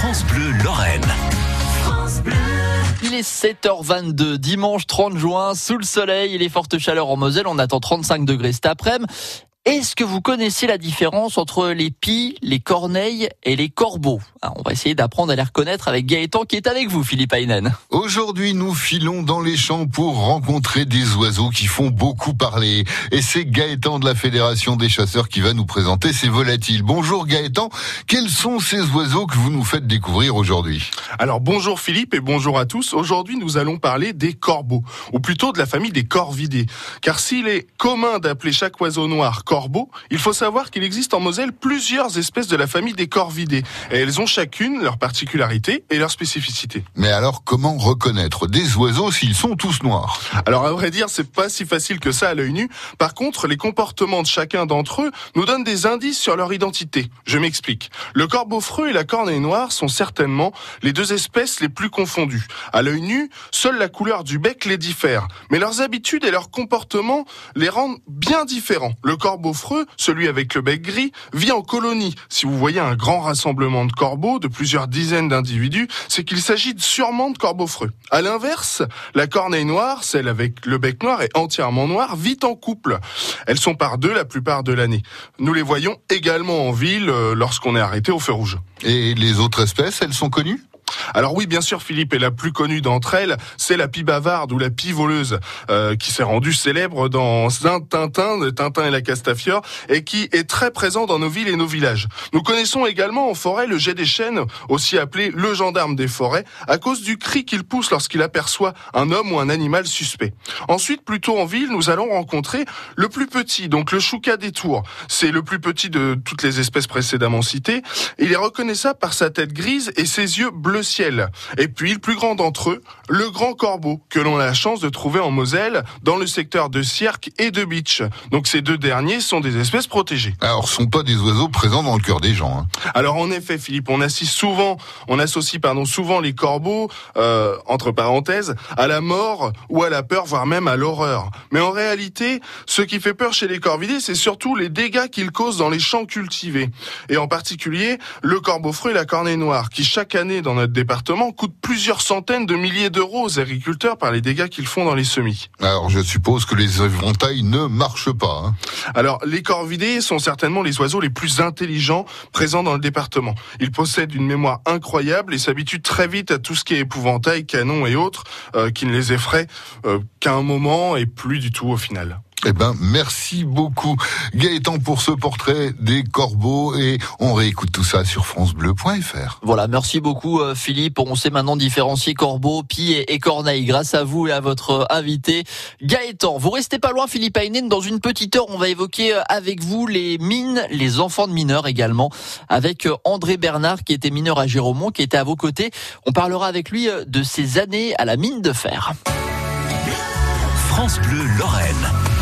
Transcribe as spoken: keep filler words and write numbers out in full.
France Bleu Lorraine. France Bleu. Il est sept heures vingt-deux, dimanche trente juin, sous le soleil et les fortes chaleurs en Moselle. On attend trente-cinq degrés cet après-midi. Est-ce que vous connaissez la différence entre les pies, les corneilles et les corbeaux ? Alors, on va essayer d'apprendre à les reconnaître avec Gaëtan qui est avec vous, Philippe Aynen. Aujourd'hui, nous filons dans les champs pour rencontrer des oiseaux qui font beaucoup parler. Et c'est Gaëtan de la Fédération des chasseurs qui va nous présenter ces volatiles. Bonjour Gaëtan, quels sont ces oiseaux que vous nous faites découvrir aujourd'hui ? Alors bonjour Philippe et bonjour à tous. Aujourd'hui, nous allons parler des corbeaux, ou plutôt de la famille des corvidés. Car s'il est commun d'appeler chaque oiseau noir corbeau, il faut savoir qu'il existe en Moselle plusieurs espèces de la famille des corvidés. Et elles ont chacune leurs particularités et leurs spécificités. Mais alors, comment reconnaître des oiseaux s'ils sont tous noirs ? Alors à vrai dire, c'est pas si facile que ça à l'œil nu. Par contre, les comportements de chacun d'entre eux nous donnent des indices sur leur identité. Je m'explique. Le corbeau freux et la corneille noire sont certainement les deux espèces les plus confondues. À l'œil nu, seule la couleur du bec les diffère. Mais leurs habitudes et leurs comportements les rendent bien différents. Le corbeau freux, celui avec le bec gris, vit en colonie. Si vous voyez un grand rassemblement de corbeaux, de plusieurs dizaines d'individus, c'est qu'il s'agit sûrement de corbeaux freux. À l'inverse, la corneille noire, celle avec le bec noir et entièrement noir, vit en couple. Elles sont par deux la plupart de l'année. Nous les voyons également en ville euh, lorsqu'on est arrêté au feu rouge. Et les autres espèces, elles sont connues ? Alors oui, bien sûr, Philippe, et la plus connue d'entre elles, c'est la pie bavarde ou la pie voleuse, euh, qui s'est rendue célèbre dans un Tintin, de Tintin et la Castafiore, et qui est très présent dans nos villes et nos villages. Nous connaissons également en forêt le jet des chênes, aussi appelé le gendarme des forêts, à cause du cri qu'il pousse lorsqu'il aperçoit un homme ou un animal suspect. Ensuite, plutôt en ville, nous allons rencontrer le plus petit, donc le choucas des tours. C'est le plus petit de toutes les espèces précédemment citées. Il est reconnaissable par sa tête grise et ses yeux bleus ciel. Et puis, le plus grand d'entre eux, le grand corbeau, que l'on a la chance de trouver en Moselle, dans le secteur de Sierck et de Bitche. Donc ces deux derniers sont des espèces protégées. Alors, ce ne sont pas des oiseaux présents dans le cœur des gens. Hein. Alors en effet, Philippe, on associe souvent, on associe pardon souvent les corbeaux, euh, entre parenthèses, à la mort ou à la peur, voire même à l'horreur. Mais en réalité, ce qui fait peur chez les corvidés, c'est surtout les dégâts qu'ils causent dans les champs cultivés. Et en particulier, le corbeau freux et la corneille noire, qui chaque année dans notre département coûtent plusieurs centaines de milliers d'euros aux agriculteurs par les dégâts qu'ils font dans les semis. Alors je suppose que les éventails ne marchent pas. Hein. Alors les corvidés sont certainement les oiseaux les plus intelligents présents dans le département. Ils possèdent une mémoire incroyable et s'habituent très vite à tout ce qui est épouvantail, canon et autres, euh, qui ne les effraie euh, qu'à un moment et plus du tout au final. Eh ben, merci beaucoup Gaëtan pour ce portrait des corbeaux et on réécoute tout ça sur francebleu point f r. Voilà, merci beaucoup Philippe. On sait maintenant différencier corbeaux, pies et corneilles grâce à vous et à votre invité Gaëtan. Vous restez pas loin Philippe Aynen, dans une petite heure on va évoquer avec vous les mines, les enfants de mineurs également, avec André Bernard qui était mineur à Géromont, qui était à vos côtés. On parlera avec lui de ses années à la mine de fer. France Bleu Lorraine.